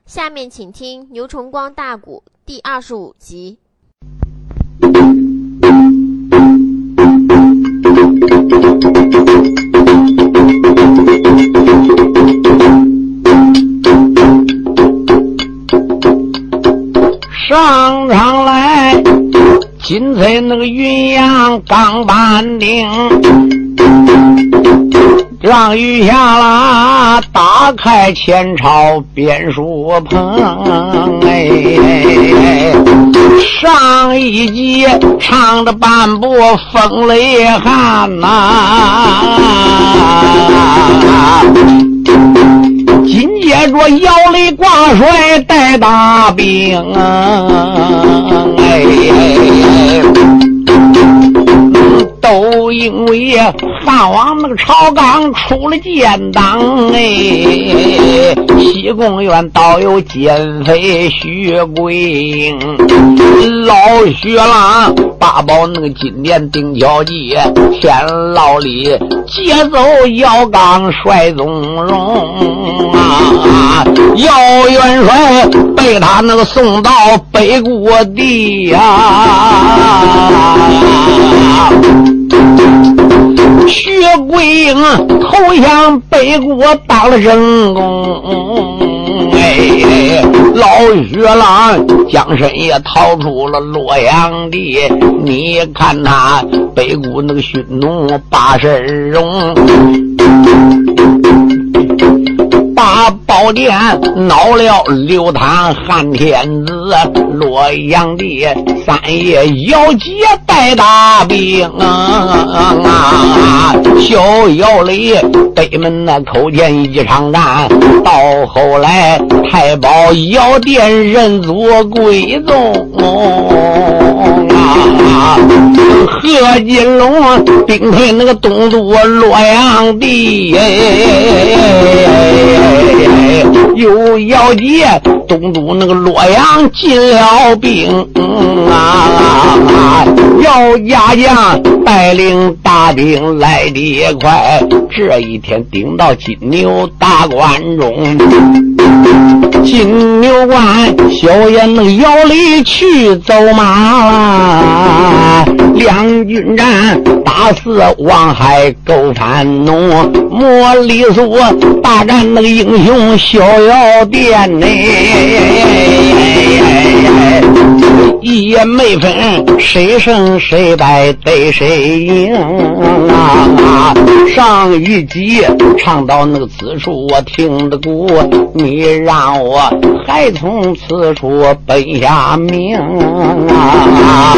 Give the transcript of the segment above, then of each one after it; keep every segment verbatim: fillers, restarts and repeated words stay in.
下面请听牛崇光大鼓第二十五集。 上场来，今在那个云阳刚板顶，让雨下了，打开前朝边书棚。哎，上一集唱着半部风雷汉呐、啊，紧接着摇雷挂帅带大兵啊，哎，都因为汉王那个朝纲出了奸党，哎，西贡院倒有奸匪徐桂英，老徐郎八宝那个金殿定交记，天老里接走姚刚帅宗荣啊，姚元帅被他那个送到北固地呀、啊，薛桂英投降北国当了正宫，哎，老薛郎将身也逃出了洛阳地。你看他北国那个匈奴八神荣，把宝殿恼了刘唐汉天子，洛阳地三爷姚杰带大兵啊，逍遥里北门那口前一场战，到后来太保姚殿认祖归宗啊，贺金龙兵退那个东都洛阳地，有姚杰东都那个洛阳进了兵啊，姚家将带领大兵来得也快，这一天顶到金牛大关中，金牛关小爷那个姚里去走马了，两军战打死王海勾反农，莫里苏大战那个英雄逍遥殿呢，一也没分谁胜谁败对谁赢啊！上一集唱到那个此处我听得过，你让我还从此处奔下命啊！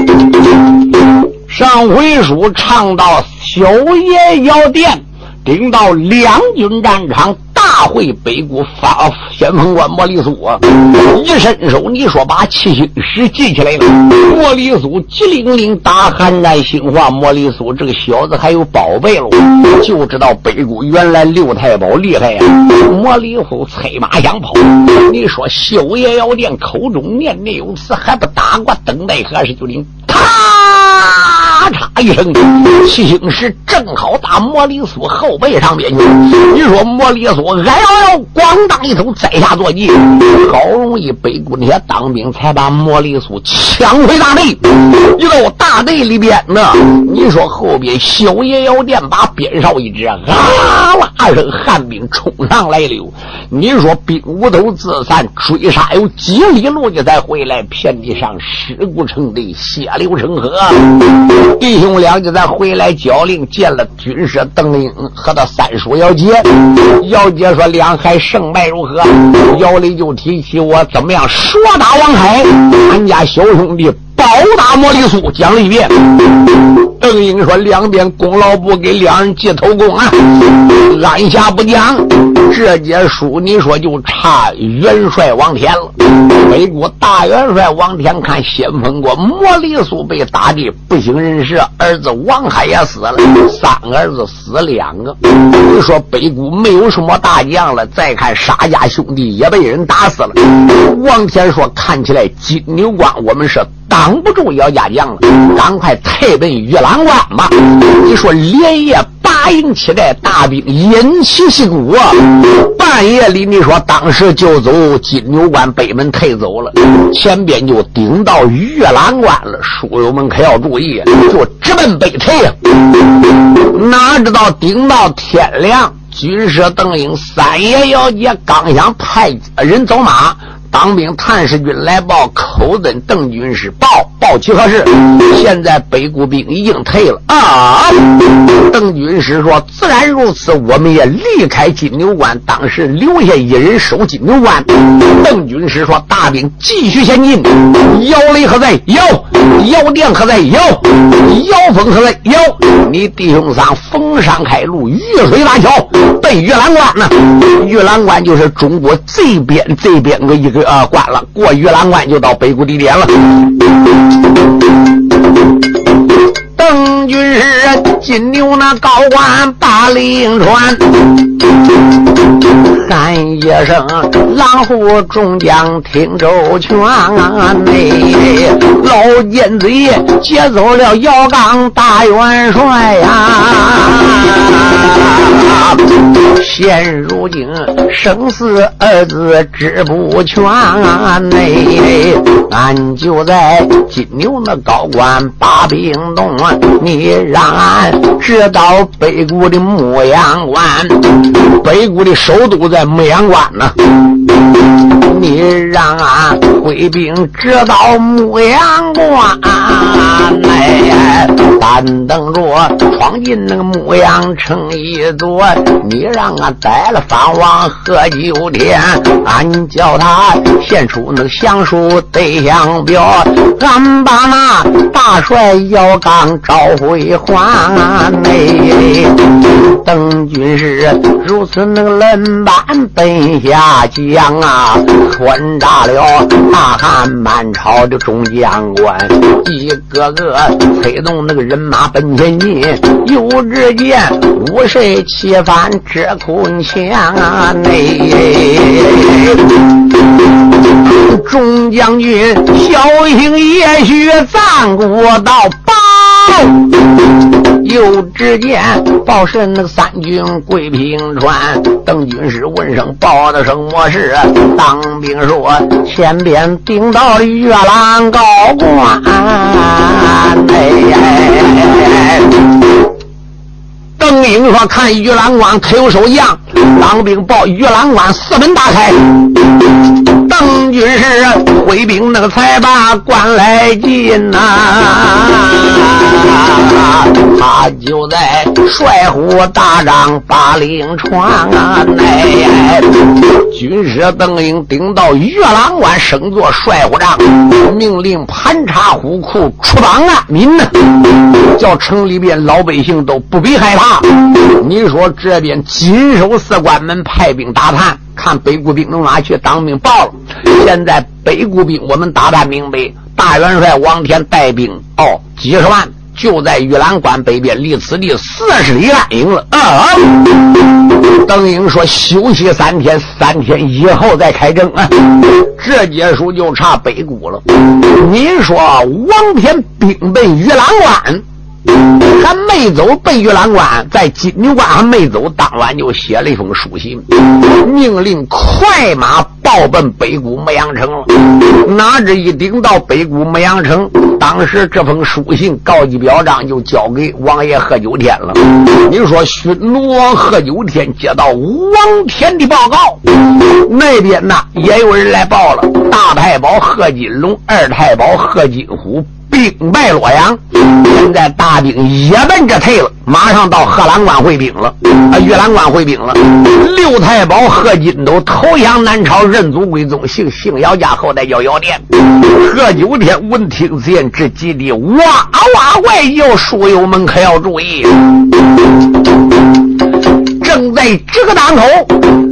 上回书唱到小爷姚殿顶到两军战场，大会北国发先锋官莫里苏一伸手，你说把七星石记起来了。莫里苏急灵灵打寒战兴化，莫里苏这个小子还有宝贝了，就知道北国原来六太保厉害呀、啊。莫里苏催马相跑，你说修爷姚殿口中念念有词，还不打过等待何时就听咔嚓一声，七星石正好打莫里苏后背上边去。你说莫里苏哎呦呦咣当一头栽下坐骑，好容易北国那些当兵才把莫里苏抢回大队。一到大队里边呢，你说后边小爷姚殿把鞭哨一支，啊啦声汉兵冲上来了。你说兵无头自散，追杀有几里路就再回来，遍地上尸骨成堆，血流成河。弟兄俩就再回来交令，见了军师邓英和他三叔姚杰。姚杰说两海胜败如何？姚雷就提起我怎么样说打王海，俺家小兄弟包打莫里苏，讲了一遍。邓英说两边功劳不给两人记头功啊，按下不讲。这节书你说就差元帅王天了。北国大元帅王天看先锋官莫里苏被打的不省人事，儿子王海也死了，三个儿子死两个。你说北国没有什么大将了，再看沙家兄弟也被人打死了。王天说看起来金牛关我们是挡不住姚家将了，赶快退奔玉兰关吧。你说连夜八营七寨大兵引起西鼓啊，半夜里你说当时就走金牛关北门退走了，前边就顶到玉兰关了。书友们可要注意，就直奔北退啊！哪知道顶到天亮，军师邓英三爷姚杰刚想派人走马，当兵探视军来报，口尊邓军师报报其何事？现在北固兵已经退了啊！邓军师说：“自然如此，我们也离开金牛关，当时留下一人守金牛关。”邓军师说：“大兵继续前进，姚雷何在？有。姚电何在？有。姚峰何在？有。你弟兄仨逢山开路，遇水搭桥，奔玉兰关呢。玉兰关就是中国这边这边的一个呃关了，过玉兰关就到北固地点了。”邓军师金牛那高官把令传，喊一声狼虎众将听周全啊！内老奸贼接走了姚刚大元帅呀、啊！现如今生死二字知不全啊！内俺就在金牛那高官把兵动，你让俺知道北固的牧羊关，北固的首都在牧羊关呢。你让俺回兵知道牧羊关，哎，单等着闯进那个牧羊城一座，你让俺逮了藩王何九天，俺叫他献出那个降书对象表，俺把那大帅姚刚召回还。内邓军师如此那个人板奔下江啊，混炸了大汉满朝的众将官，一个个催动那个人马奔前进。又只见五十七番直困枪啊，内众将军小心也许战鼓到报，又只见报神那个三军归平川，邓军师问声报的什么事？当兵说前边顶到了月兰高官，哎，邓英说看玉兰关可有守将，当兵报玉兰关四门大开。邓军师回兵那个才把关来进呐、啊，他就在帅虎大帐把令传啊，哎，军师邓英顶到玉兰关升做帅虎帐，命令盘查虎库出榜安民呢，叫城里边老百姓都不必害怕。你说这边紧守四关门派兵打探，看北固兵能哪去？当兵报了，现在北固兵我们打探明白，大元帅王天带兵哦几十万，就在玉兰关北边，离此地四十里安营了啊！邓英说休息三天，三天以后再开征啊！这结束就差北固了。你说王天兵奔玉兰关还没走奔玉兰关，在金牛关还没走，当晚就写了一封书信，命令快马报奔北固牧羊城了。哪知一顶到北固牧羊城，当时这封书信告急表彰就交给王爷贺九天了。你说巡逻王贺九天接到王天的报告，那边呢也有人来报了，大太保贺金龙，二太保贺金虎兵败洛阳，现在大兵也奔着退了，马上到贺兰关会兵了，啊，玉兰关会兵了。六太保贺金都投降南朝，认祖归宗，姓姓姚家，后代叫姚殿。贺九天闻听此言，之急的哇哇怪叫，书友们可要注意，正在这个当口，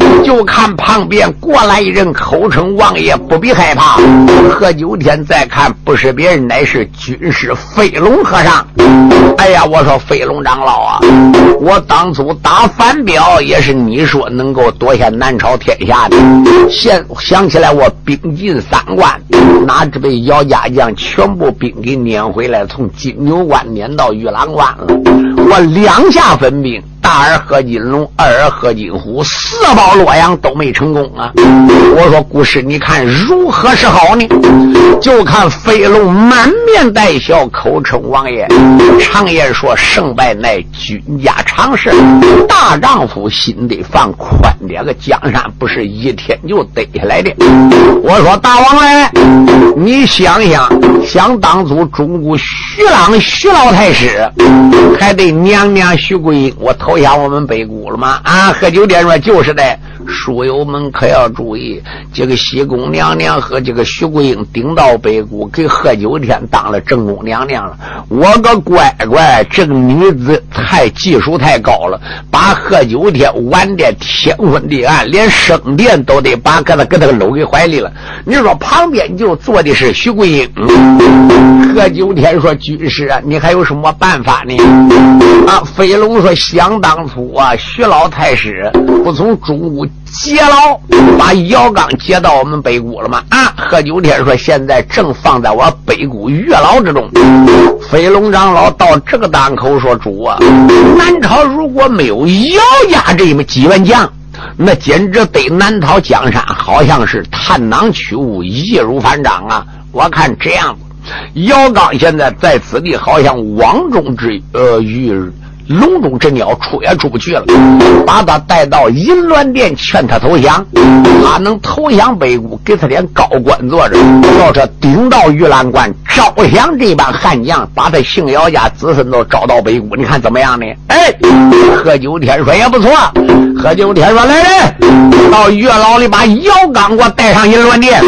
就看旁边过来一人，口称王爷，不必害怕。何九天再看，不是别人，乃是军师飞龙和尚。哎呀，我说飞龙长老啊，我当初打反表也是你说能够夺下南朝天下的，现想起来我兵进三关，哪知被姚家将全部兵给撵回来，从金牛关撵到玉郎关了。我两下分兵，大儿贺金龙，二儿贺金虎，四保洛阳都没成功啊！我说故事你看如何是好呢？就看飞龙满面带笑，口称王爷。常言说胜败乃君家常事，大丈夫心得放宽点，个江山不是一天就得下来的。我说大王来，你想想，想当初中国徐朗徐老太师还得娘娘徐桂英，我投降我们北谷了吗？啊，贺九天说就是的。书友们可要注意，这个西宫娘娘和这个徐桂英顶到北谷，给贺九天当了正宫娘娘了。我个乖乖，这个女子太技术太高了，把贺九天玩的天昏地暗，连圣殿都得把给他给他搂给怀里了。你说旁边就坐的是徐桂英，嗯、贺九天说军师啊，你还有什么办法呢？啊，飞龙说想当初啊，徐老太师不从中午劫牢，把姚刚劫到我们北谷了吗？啊，贺九天说现在正放在我北谷月牢之中。飞龙长老到这个档口说主啊，南朝如果没有姚家这么几员将，那简直对南朝江山好像是探囊取物，易如反掌啊！我看这样子，姚刚现在在此地好像网中之呃鱼笼中之鸟，出也出不去了，把他带到银銮殿劝他投降，他能投降北谷，给他点高官坐着，要是顶到玉兰关招降这帮悍将，把他姓姚家子孙都招到北谷，你看怎么样呢？哎，贺九天说也不错。贺九天说来来，到月牢里把姚刚给我带上银銮殿。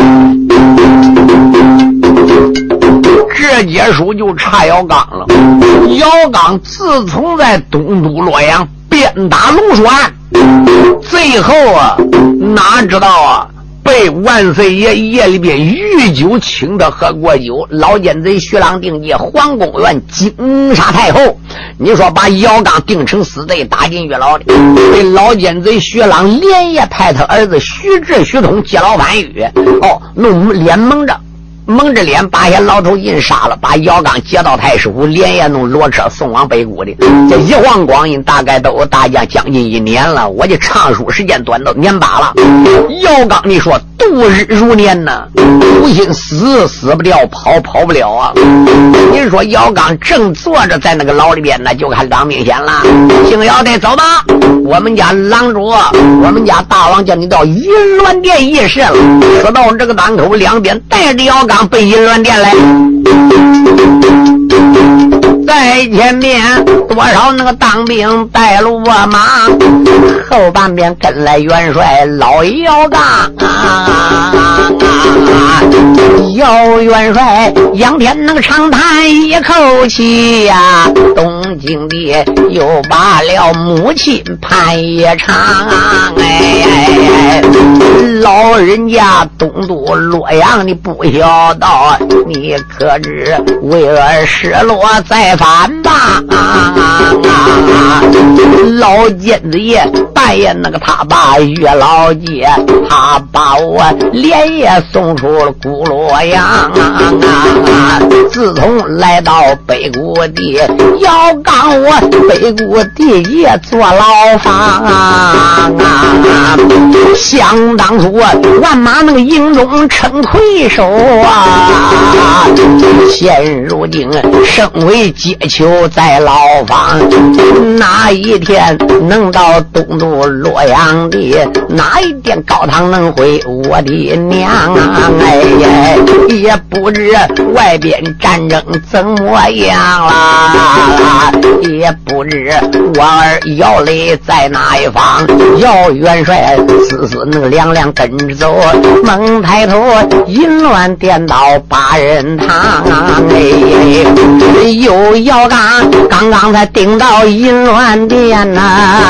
这结束就差姚刚了。姚刚自从在东都洛阳鞭打龙书案，最后啊，哪知道啊，被万岁爷夜里边御酒请的喝过酒，老奸贼徐朗定界皇宫院惊杀太后。你说把姚刚定成死罪，打进狱牢里，被老奸贼徐朗连夜派他儿子徐志、徐通接牢反狱，哦，弄脸蒙着。蒙着脸把些老头印杀了，把姚刚接到太师府，连夜弄骡车送往北谷的。这一晃光阴大概都有大将将近一年了，我这唱书时间短到年八了。姚刚你说度日如年呢，不信死死不掉，跑跑不了啊。你说姚刚正坐着在那个牢里边呢，就看张明显了，姓姚的走吧，我们家郎主，我们家大王叫你到银銮殿议事了。说到这个档口，两边带着姚刚奔银銮殿来，在前面多少那个当兵带路啊马，后半边跟来元帅老姚刚啊，姚元帅仰天那个长叹一口气呀、啊，东京的又把了母亲盼也长，哎哎哎，老人家东都洛阳你不晓道，你可知为儿失落再反吧？啊啊啊！老奸子爷半夜那个他把月老街，他把我连夜送出了古洛阳啊！自从来到北谷地，要刚我北谷地也坐牢房啊！想当初万马那个营中称魁首啊，现如今身为阶囚在牢房，哪一天能到东都洛阳的？哪一天高堂能回我的娘啊？哎， 也不知外边战争怎么样啦，也不知我儿姚雷在哪一方。姚元帅死死那个两两跟着走，猛抬头淫乱颠倒八人堂。哎，有姚刚刚刚才顶到淫乱殿呐、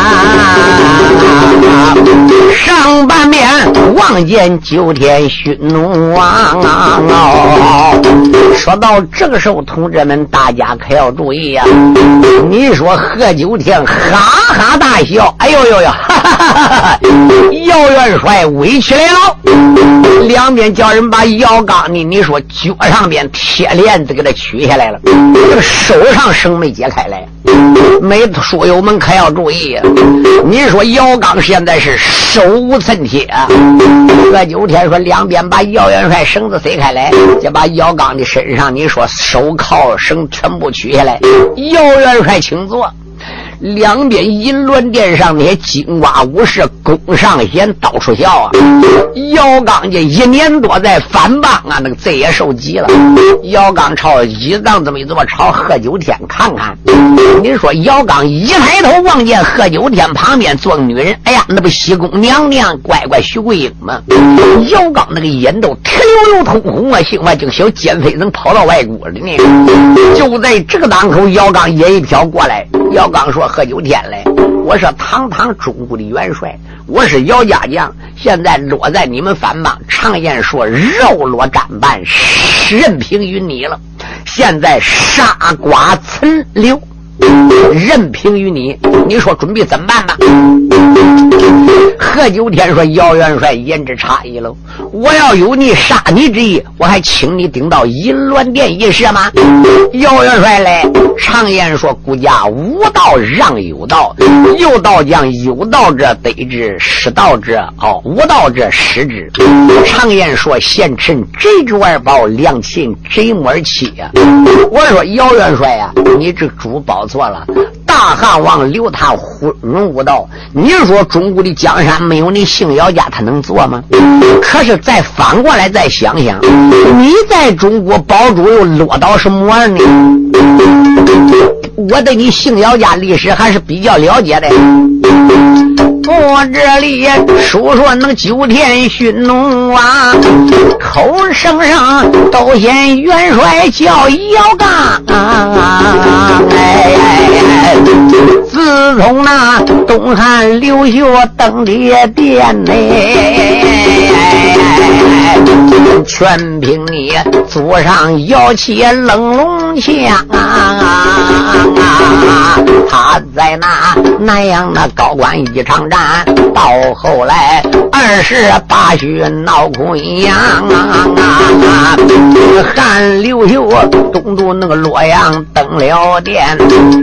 啊，上半面望见九天熏怒王啊！哦，说到这个时候，同志们大家可要注意呀、啊！你说贺九天哈哈大笑，哎呦呦呦，哈哈哈哈！姚元帅委屈来了，两边叫人把姚刚呢，你说脚上边铁链子给他取下来了，这个手上绳没解开来。没书友们可要注意，你说姚刚现在是手无寸铁，贺九天说两边把姚元帅绳子塞开来，就把姚刚的身上你说手铐绳全部取下来，姚元帅请坐。两边银銮殿上那些金瓜武士弓上弦到处笑啊！姚刚这一年多在反帮啊，那个贼也受急了。姚刚朝一丈这么一坐，朝贺九天看看。你说姚刚一抬头望见贺九天旁边坐个女人，哎呀，那不西宫娘娘乖乖徐桂英吗？姚刚那个眼都铁溜溜通红啊，幸好这个小奸妃能跑到外国了呢。就在这个当口，姚刚也一飘过来。姚刚说：“贺九天来，我是堂堂中国的元帅，我是姚家将，现在落在你们反帮，常言说肉落砧板，任凭于你了。现在杀剐岑刘，任凭于你，你说准备怎么办吧？”贺九天说：“姚元帅言之差矣喽，我要有你杀你之意，我还请你顶到银銮殿一事吗？”姚元帅来，常言说孤家无道让有道，有道将有道者得之，失道者哦无道者失之。常言说贤臣贼主而保，良禽贼母而栖呀。我说姚元帅呀、啊，你这主保错了。大汉王刘他昏庸无道，你说中国的江山没有你姓姚家他能做吗？可是再反过来再想想，你在中国堡主又落到什么呢？我对你姓姚家历史还是比较了解的。我这里说说那个九天熏怒啊，口声上都嫌元帅叫姚刚啊，哎哎，自从那东汉刘秀登列殿内，全凭你祖上摇起冷龙枪啊，他在那南阳那高官一场战，到后来二十八虚闹昆阳啊，汉刘秀东渡那个洛阳登了殿，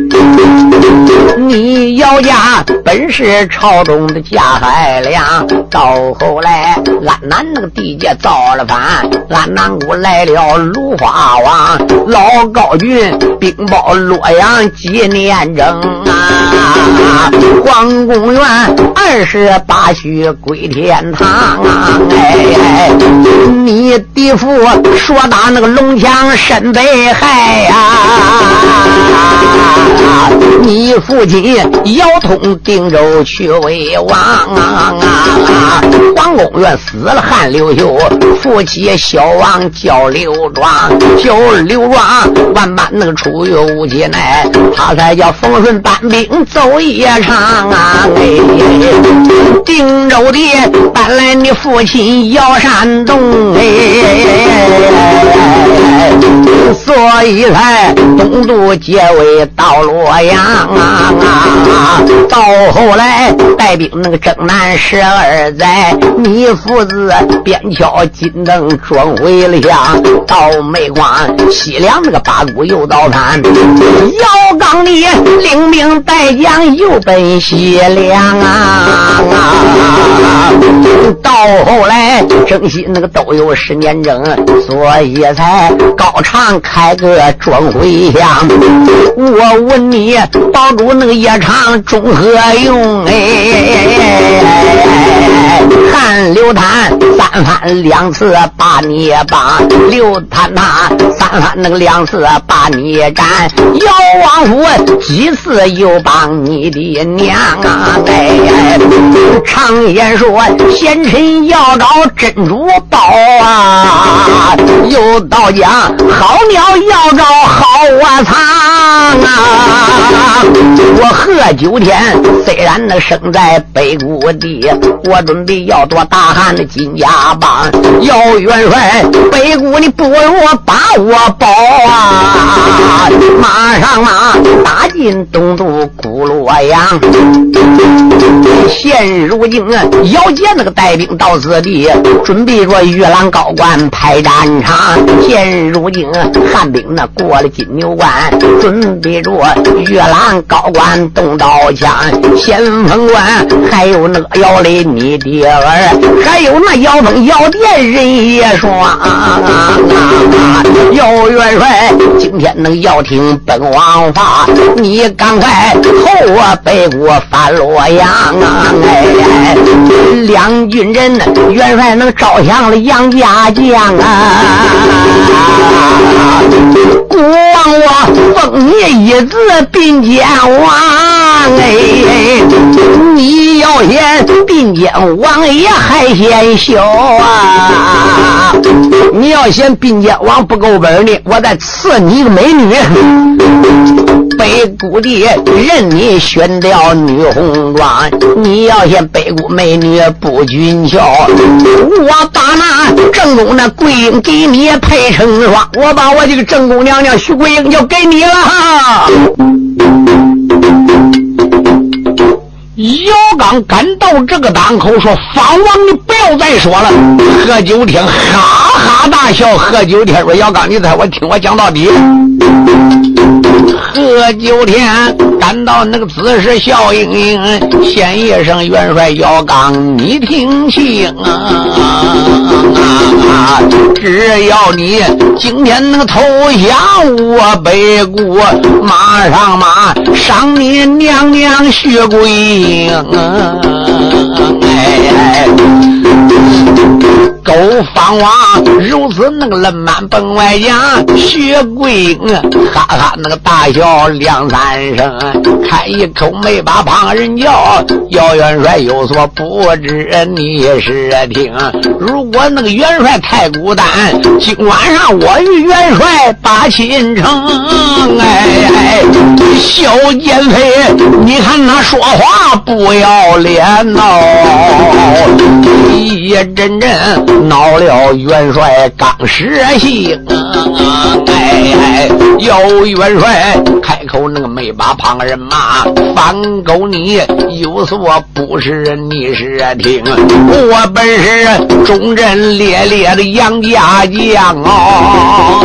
你姚家本是朝中的加海良，到后来安南那个地界造了反，安南谷来了芦花王，老高军兵包洛阳纪念征啊，皇宫院二十八虚归天堂啊，哎，你弟父说打那个龙枪身被害呀、啊，你父亲姚通定州去为王啊，皇宫院死了汉刘秀，父亲小王叫刘庄，叫刘庄万般那个出于无解奈，他才叫丰顺搬兵走一场啊，哎，定州的搬来你父亲姚山东，哎，所以才东渡结尾到洛阳啊，到后来带兵那个征南十二载，你父子边敲金灯装回了乡，到煤矿西凉那个八股又到滩，姚刚你领兵带将又奔西凉啊，到后来征西那个都有十年战争，所以才高唱开个壮回响。我问你，保住那个夜场中何用？哎，汉刘谭三番两次把你帮，刘谭他三番那个两次把你斩，姚王府几次又帮你的娘啊！哎，常言说贤臣要找珍珠宝啊，又道讲好鸟要找好窝藏啊。我贺九天虽然那生在北谷地，我准备要夺大汉的金家帮。姚元帅，北谷你不如把我保啊！马上马打进东都古洛阳。现如今姚杰那个带兵到此地，准备着玉兰高关排战场。现如今汉兵呢过了金牛关，准备着玉兰高关动刀枪。先锋官还有那个姚雷你的儿，还有那姚峰姚殿人也双啊！姚元帅，今天能要听本王法，你赶快后我北国翻洛阳啊！哎，两军人元帅能招降了杨家将啊！国王我封你一子并肩王，哎，你要先并肩王爷还先小啊！你要先并肩王不够本呢，我再赐你一个美女。北谷地任你选调女红妆，你要先北谷美女不俊俏，我把那正宫的桂英给你配成双，我把我这个正宫娘娘徐桂英就给你了哈。姚刚赶到这个档口说，方王你不要再说了。何九天哈哈大笑，何九天说，姚刚你猜我听我讲到底。何九天感到那个姿势笑盈盈，先一声元帅姚刚你听清啊，只要你今天那个投降我北国，马上马赏你娘娘徐桂英啊！哎，狗方王如此那个冷满本外讲，徐桂英哈哈那个大笑两三声，开一口没把旁人叫。姚元帅有所不知你是听，如果那个元帅太孤单，今晚上我与元帅把亲成。哎哎，小奸妃，你看他说话不要脸哦，一阵阵恼了元帅刚实性。哎哎，姚元帅开口那个没把旁人骂，反狗你有所不是你是听，我本是忠贞烈烈的杨家将哦，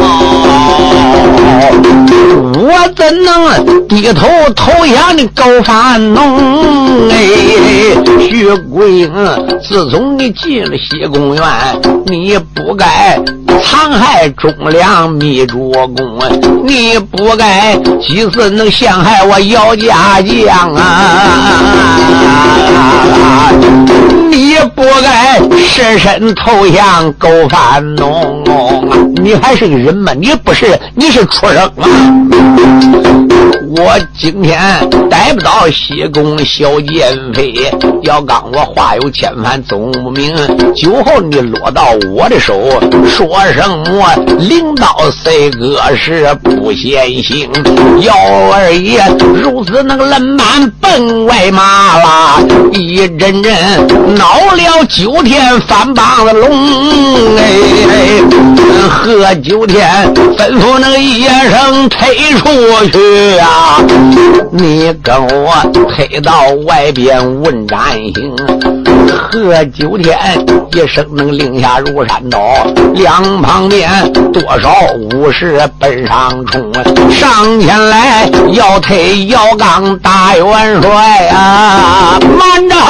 我怎能低头投降你狗反农？哎，徐桂英，自从你进了西宫院，你不该残害忠良密主公，你不该几次能陷害我姚家将啊，你不该舍身投降狗反农，你还是个人吗？你不是，你是畜生啊！我今天逮不到西宫小奸妃，要刚我话有千番总不明，酒后你落到我的手，说声我领导谁个是不显形，姚二爷如此那个冷满奔外马啦，一阵阵恼了九天反帮的龙。哎哎，喝九天吩咐那个医生推出去啊，你跟我推到外边问斩刑， 贺九天一声能令下如山倒，两旁边多少武士奔上冲，上前来要推姚刚大元帅啊！慢着，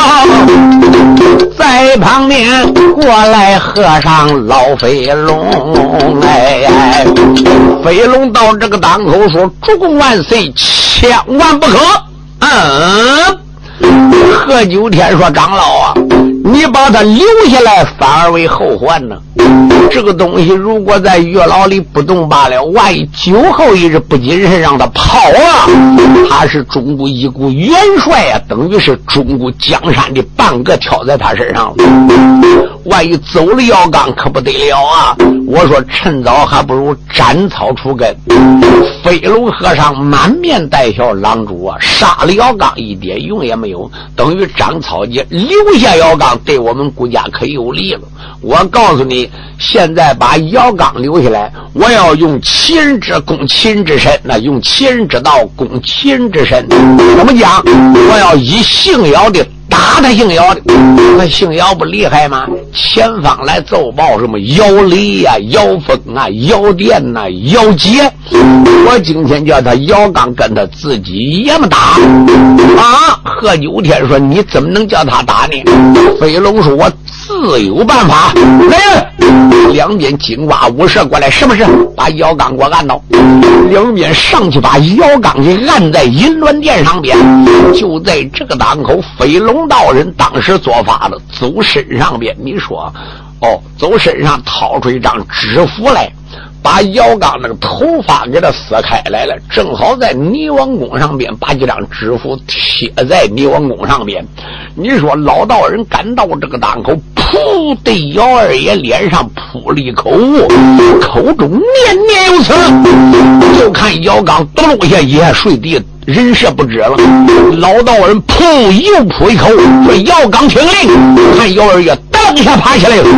在旁边过来和尚老飞龙，哎哎，飞龙到这个当口说：“主公万岁，千万不可！”嗯。贺九天说：“长老啊，你把他留下来反而为后患呢。这个东西如果在月老里不动罢了，万一酒后一日不谨慎让他跑了，他是中国一股元帅啊，等于是中国江山的半个挑在他身上了。万一走了姚刚可不得了啊！我说趁早还不如斩草除根。”飞龙和尚满面带笑：“郎主啊，杀了姚刚一点用也没有，等于斩草节，留下姚刚对我们国家可有利了。我告诉你，现在把姚刚留下来，我要用其人之攻其人之身，那用其人之道攻其人之身。怎么讲？我要以姓姚的打他姓姚的，那姓姚不厉害吗？前方来奏报什么姚雷呀、啊、姚峰啊、姚殿呐、啊、姚杰，我今天叫他姚刚跟他自己爷们打啊！贺九天说：“你怎么能叫他打呢？”飞龙说：“我自有办法。”来人，两边金瓜武士过来，是不是把姚刚给我按倒？两边上去把姚刚给按在银銮殿上边。就在这个当口，飞龙道人当时做法了，走身上边，你说哦，走身上掏出一张纸符来，把姚刚那个头发给他撕开来了，正好在泥王宫上边把这张纸符贴在泥王宫上边。你说老道人赶到这个当口，噗，对姚二爷脸上扑了一口雾，口中念念有词，就看姚刚咚一下一下睡地，人事不知了。老道人噗又扑一口，说：“姚刚听令！”看姚二爷当一下爬起来了。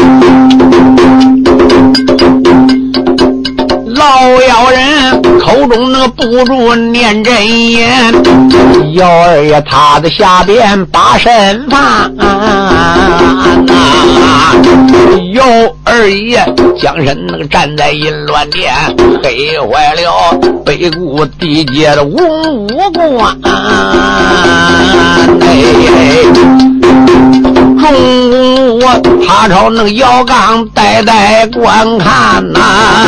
老妖人口中那不住念真言，姚二爷他的下边把身放，姚二爷将身那个站在银銮殿，黑坏了北固地界的文武官。中午他朝那个姚刚呆呆观看呐、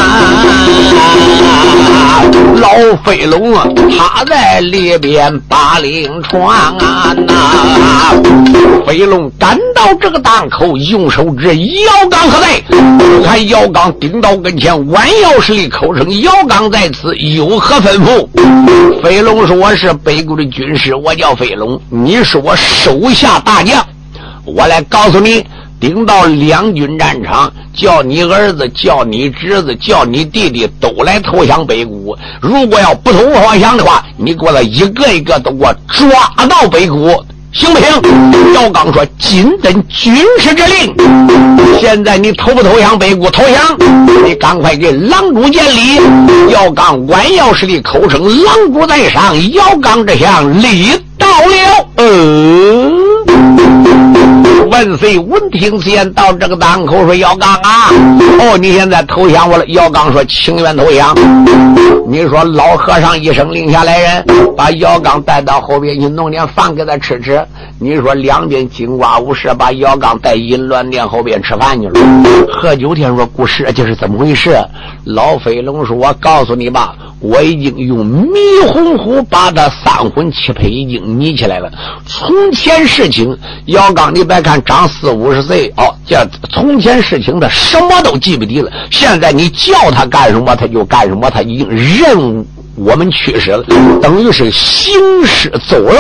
啊，老飞龙啊，他在里边把令传啊呐。飞龙赶到这个档口，用手指姚刚何在？看姚刚顶到跟前，弯腰施礼，口称：“姚刚在此，有何吩咐？”飞龙说：“我是北国的军师，我叫飞龙，你是我手下大将。我来告诉你，顶到两军战场，叫你儿子、叫你侄子、叫你弟弟都来投降北谷。如果要不投降的话，你给我一个一个都给我抓到北谷，行不行？”姚刚说：“谨遵军师之令。现在你投不投降北谷？投降！你赶快给郎主见礼。”姚刚弯腰施礼，口称：“郎主在上，姚刚之相礼到了。”嗯。万岁！闻听此言，到这个档口说：“姚刚啊，哦，你现在投降我了。”姚刚说：“情愿投降。”你说老和尚一声令下来人，把姚刚带到后边去弄点饭给他吃吃。你说两边金瓜武士把姚刚带银銮殿后边吃饭去了。贺九天说：“故事这是怎么回事？”老飞龙说：“我告诉你吧，我已经用迷红虎把他三魂七魄已经拟起来了。从前事情，姚刚你别看长四五十岁哦，这从前事情他什么都记不得了。现在你叫他干什么他就干什么，他已经任我们驱使了，等于是行尸走肉。”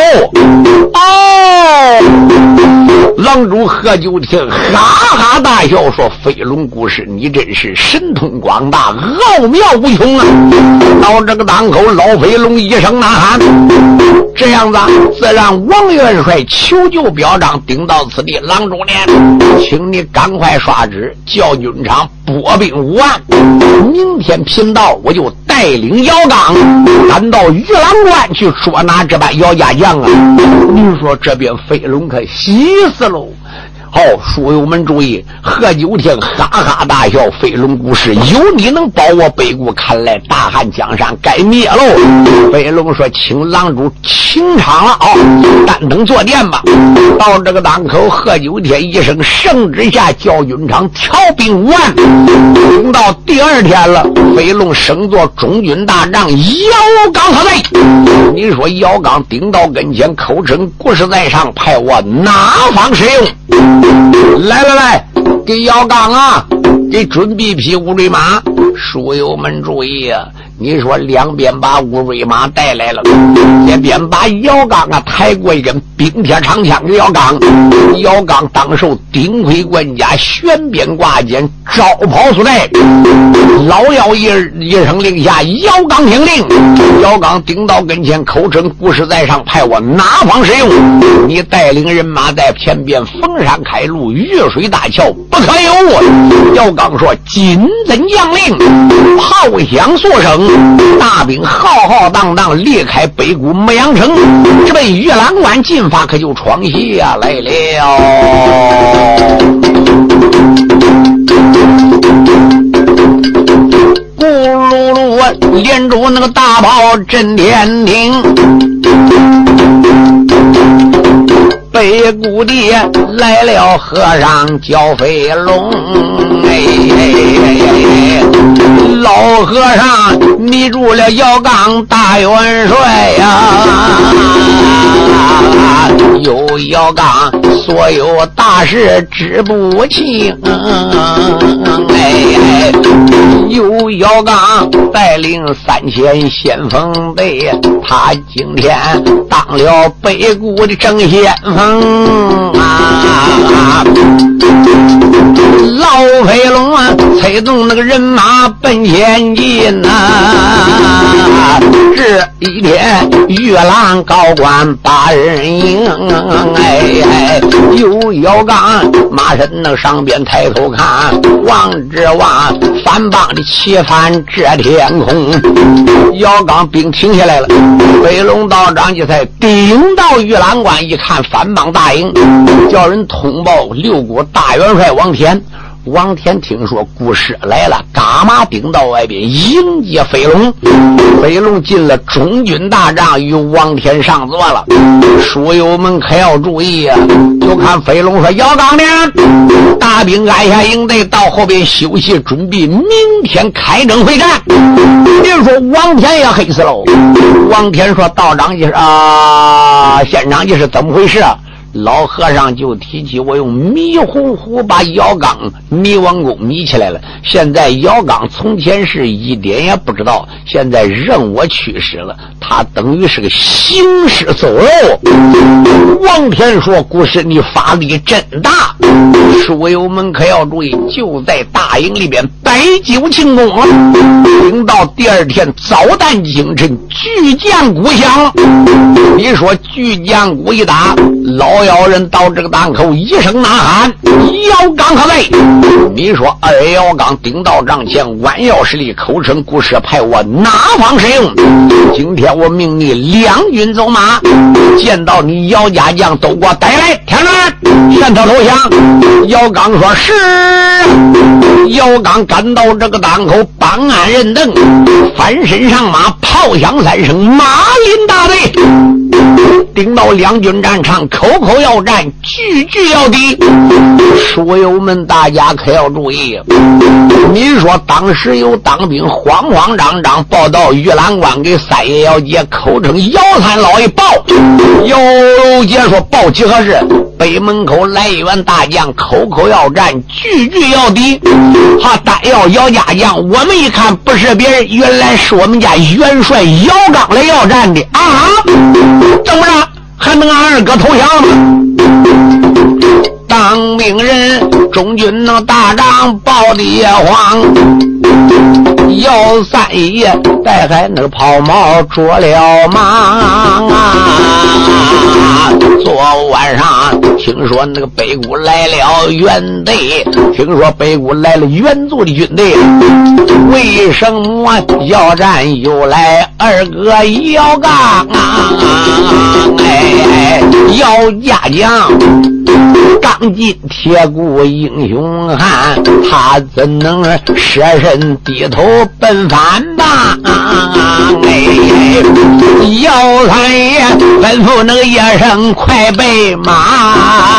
哦，郎主贺九天哈哈大笑说：“飞龙故事，你真是神通广大，奥妙无穷啊！”到这个档口，老飞龙一声呐喊：“这样子，自让王元帅求救表彰，顶到此地。郎主呢，请你赶快刷旨，叫军场拨兵五万。明天贫道我就带领姚刚赶到玉兰关去捉拿这班姚家将啊！你说这边飞龙可喜死喽！好，书友们注意，贺九天哈哈大笑，飞龙故事有你能保我北国，看来大汉江山该灭喽。飞龙说：“请郎主请场了啊，单等坐殿吧。”到这个当口，贺九天一声圣旨下，教军长调兵五万。等到第二天了，飞龙升做中军大将，姚刚何在？你说姚刚顶到跟前，口称国事在上，派我哪方使用？来来来，给姚刚啊，给准备匹乌骓马。书友们注意啊，你说两边把乌骓马带来了，这边把姚刚啊抬过一根冰铁长枪给姚刚。姚刚当受顶盔冠甲，悬鞭挂剑，招袍束带。老姚一一声令下，姚刚听令。姚刚顶到跟前，口称故事在上，派我哪方使用？你带领人马在前边逢山开路，越水大桥不可有。姚刚说：“今怎将令？”炮响速声，大兵浩浩荡荡离开北谷牧羊城，这位玉兰关进发可就闯下来了。咕噜噜，连住那个大炮震天庭。北谷地来了和尚叫飞龙，哎哎哎哎，老和尚迷住了姚刚大元帅呀、啊，有姚刚所有大事知不清，哎哎，有姚刚带领三千先锋队，他今天当了北谷的正先锋啊！老飞龙啊，催动那个人马奔前进啊！这一天玉兰高官把人迎，哎哎，有姚刚马身那上边抬头看，望之望反帮的旗帆遮天空。姚刚兵停下来了，飞龙道长这才顶到玉兰关一看，反帮大营，叫人通报六国大元帅王田。王田听说故事来了，干嘛顶到外边迎接飞龙？飞龙进了中军大帐，与王田上座了。书友们可要注意啊！就看飞龙说：“姚刚呢？大兵按下营队，到后边休息，准备明天开征会战。”别说王田也黑死喽。王田说：“道长就是啊，县长就是怎么回事啊？”老和尚就提起我用迷糊糊把姚刚迷王宫迷起来了，现在姚刚从前是一点也不知道，现在任我驱使了，他等于是个行尸走肉。王天说：“故事你法力真大。”书友们可要注意，就在大营里边摆酒庆功了。等到第二天早旦清晨，巨将鼓响，你说巨将鼓一打，老姚人到这个档口一声呐喊：“姚刚何在？”你说二姚刚顶到帐前，弯腰施力，口称故事派我哪方使用？今天我命你两军走马，见到你姚家将都给我带来，听着，上头投降。姚刚说：“是。”姚刚赶到这个档口，绑鞍认凳，翻身上马，炮响三声，马林大队顶到两军战场，口口要战，句句要敌。书友们大家可要注意，你说当时有当兵慌慌张张报到玉兰关给三爷姚杰，口称姚三老爷报。姚杰说：“报其何事？”北门口来一员大将，口口要战，句句要敌。他单要姚家将，我们一看不是别人，原来是我们家元帅姚刚来要战的啊！怎么着还能俺二哥投降吗？ 当兵人，中军能大仗报地皇。姚三爷带开那个袍帽着了忙啊！昨晚上听说那个北谷来了援队，听说北谷来了援助的军队，为什么要战又来二哥姚刚啊？哎，姚家将刚劲铁骨英雄汉，他怎能舍身低头奔反吧？哎，姚三爷吩咐那个叶生快备马，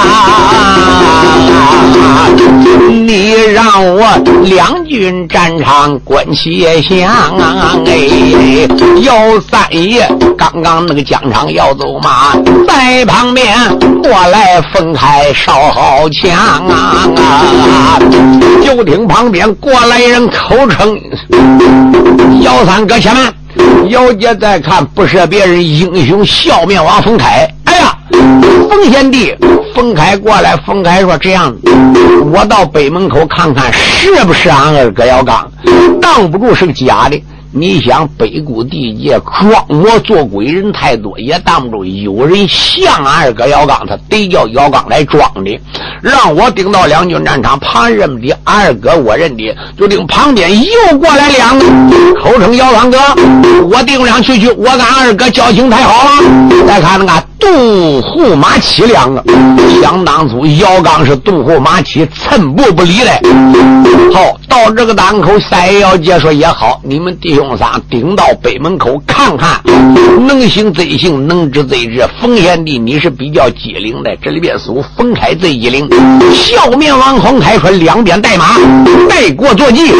你让我两军战场观其详啊！哎，姚三爷刚刚那个疆场要走马，在旁边过来分开稍好枪啊！就听旁边过来人口称：“姚三哥且慢！”姚姐再看，不是别人，英雄笑面王冯开。哎呀，冯贤弟，冯开过来。冯开说：“这样，我到北门口看看，是不是俺二哥姚刚？当不住是个假的。你想北谷地界装模作鬼人太多，也当不住有人像俺二哥姚刚，他得叫姚刚来装的。让我顶到两军战场，旁人认的俺二哥我认的，就令旁边又过来两个，口称姚三哥，我定两去去，我跟俺二哥交情太好了。再看那个杜户马骑两个，想当初姚刚是杜户马骑，寸步不离的。好，到这个档口，三爷姚姐说也好，你们弟兄仨顶到北门口看看，能行贼行，能知贼知。冯贤弟你是比较机灵的，这里边属冯开最机灵。笑面王洪开说两边带马，带过坐骑。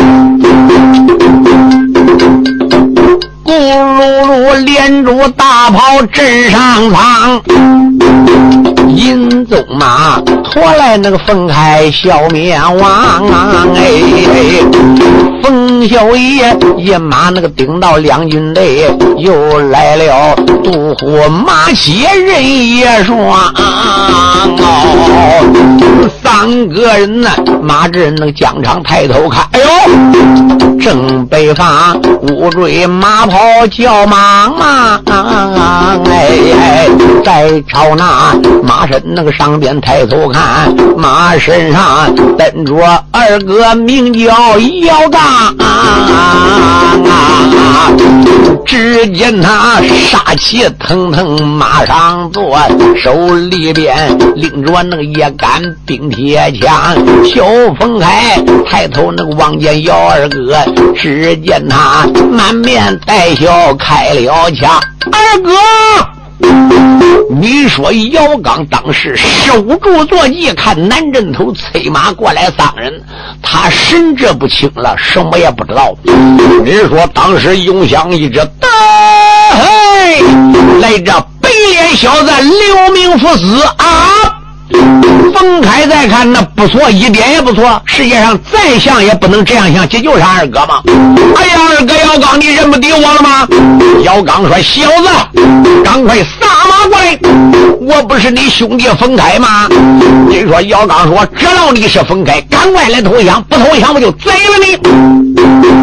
咕噜噜连住大炮阵上场，银鬃马驮来那个冯开笑面王啊！哎，冯小爷一马那个顶到两军队，又来了杜虎马骑人也双哦，三个人呢，马志那个疆场抬头看，哎呦，正北方五坠马跑叫忙嘛，哎哎，在朝那马身那个上边抬头看，马身上蹬着二哥名叫姚刚啊，只见他杀气腾腾马上坐，手里边拎着那个一杆冰铁枪，小冯开抬头那个望见姚二哥，只见他满面带笑开了枪，二哥，你说姚刚当时守住坐骑，看南镇头催马过来三人，他神志不清了，什么也不知道。你说当时永祥一直大嘿来这北脸小子刘明福死啊！冯开再看那不错，一点也不错，世界上再像也不能这样像，这就是二哥嘛。哎呀，二哥姚刚，你认不得我了吗？姚刚说：小子，赶快撒马过来，我不是你兄弟冯开吗？你说姚刚说：知道你是冯开，赶快来投降，不投降我就宰了你。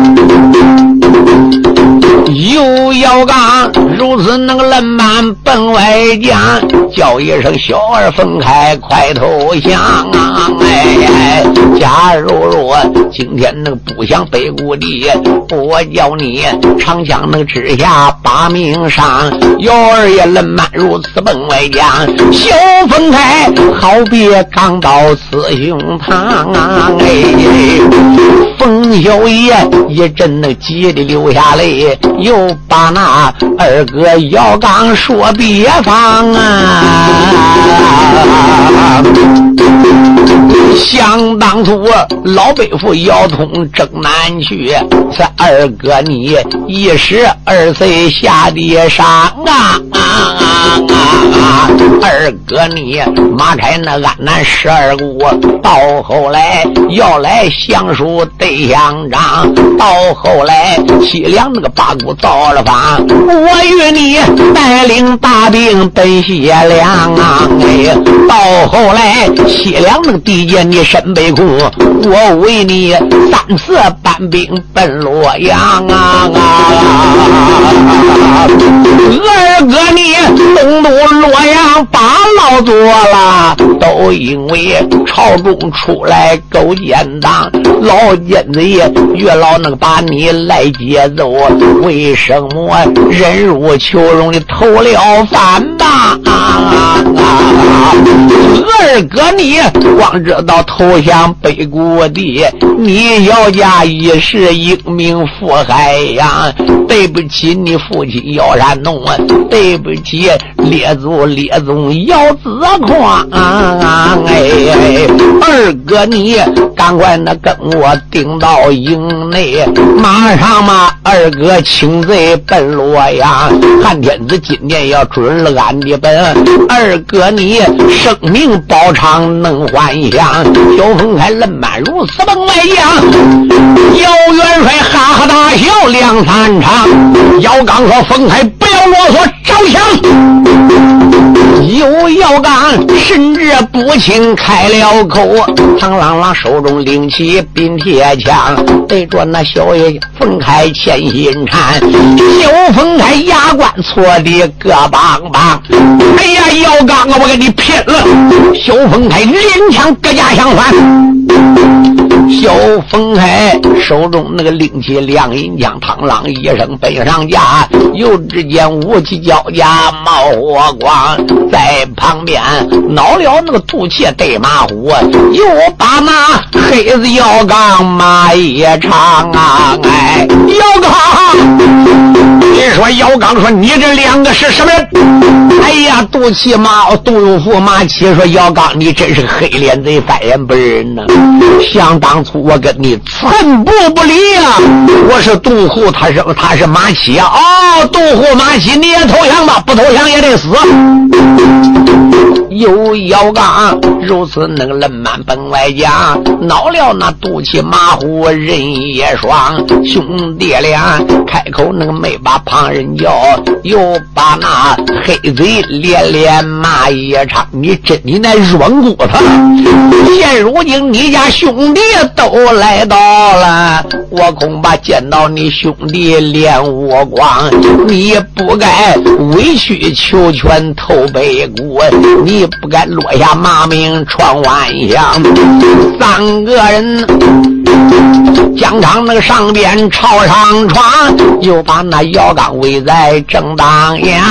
有姚刚如此那个冷板奔外将，叫一声小儿分开快投降啊！哎，假如若今天那个不想北谷地，我叫你长枪那个之下把命伤。姚二爷冷板如此奔外将，小分开好比钢刀刺胸膛啊！哎，冯小爷一阵那急的流下泪，又把那二哥姚刚说别放啊！ 想当初老北府姚通征南去，是二哥你一十二岁下的山啊啊啊啊！二哥你马开那安南十二股，到后来要来降书对乡长，到后来西凉那个八股造了反，我与你带领大兵奔西凉啊！哎，到后来西凉那个地界你身北库，我为你三次搬兵奔洛阳啊！二哥你东渡洛阳把老做了，都因为朝中出来勾践党，老奸贼月老那个把你来接走，为什么忍辱求荣的投了反吧？啊啊！二哥你光知道投降北国地，你姚家一时英名赴海洋，对不起你父亲姚山东，对不起列祖列宗姚子匡啊！哎，二哥你赶快那跟我顶到营内，马上嘛二哥请贼奔洛阳，汉天子今年要准了俺的本，二哥你生命保长能幻想，小凤开冷满如此崩外将，姚元帅哈哈大笑两三场，姚刚说凤开不要啰嗦招降，有姚刚甚至不轻开了口，唐朗朗手中拎起并铁枪，对着那小爷凤开欠心缠，小凤开牙关搓的个棒棒，哎呀姚刚啊我跟你拼了！小凤开连枪各家相反，小凤开手中那个拎起亮银枪，螳螂一声奔上架，又只见武器交加冒火光，在旁边恼了那个肚脐对马虎，又把那黑子姚刚马也长啊！哎，姚刚，你说姚刚说你这两个是什么人？哎呀，肚脐马杜永福马起说姚刚你真是黑脸贼犯人不人呢，想当初我跟你寸步不离啊！我是杜户，他是他是马起啊！哦，杜户马起你也投降吧，不投降也得死。有姚刚如此那个冷满本外将，恼了那肚脐马虎人也爽，兄弟俩开口那个没把旁人叫，又把那黑贼连连骂一场，你真你那软骨头！现如今你家兄弟都来到了，我恐怕见到你兄弟脸无光，你不该委曲求全投北国，你不该落下骂名传万象。三个人疆场那个上边朝上闯，又把那姚刚围在正当阳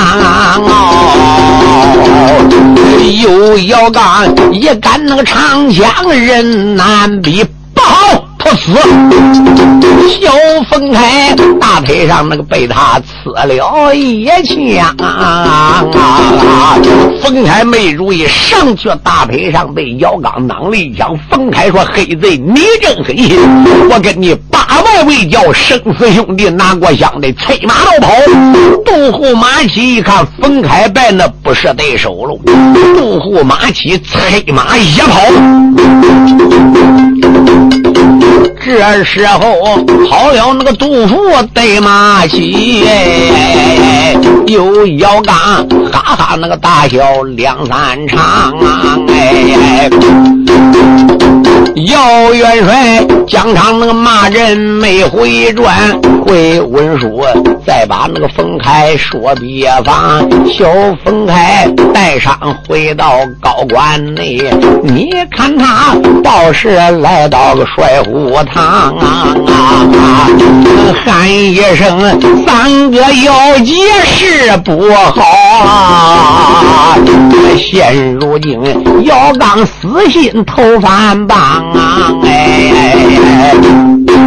哦，有姚刚一杆那个长枪人难比，不好不死。小凤开大腿上那个被他刺了一枪啊！凤开没注意，上去大腿上被姚刚囊了一枪。凤开说：“黑贼，你真黑心！我跟你八拜为交，生死兄弟，拿过枪的催马都跑。”杜户马起一看凤开败，那不是对手了。杜户马起催马一跑。这时候跑了那个杜甫对马起，有姚刚哈哈那个大笑两三场啊！哎，姚元帅疆场那个骂人没回转，回文书再把那个冯开说别方，小冯开带上回到高官内，你看他报事来到个帅府堂啊啊！喊一声三个要解释不好啊！现如今姚刚死心投反帮啊！哎哎哎！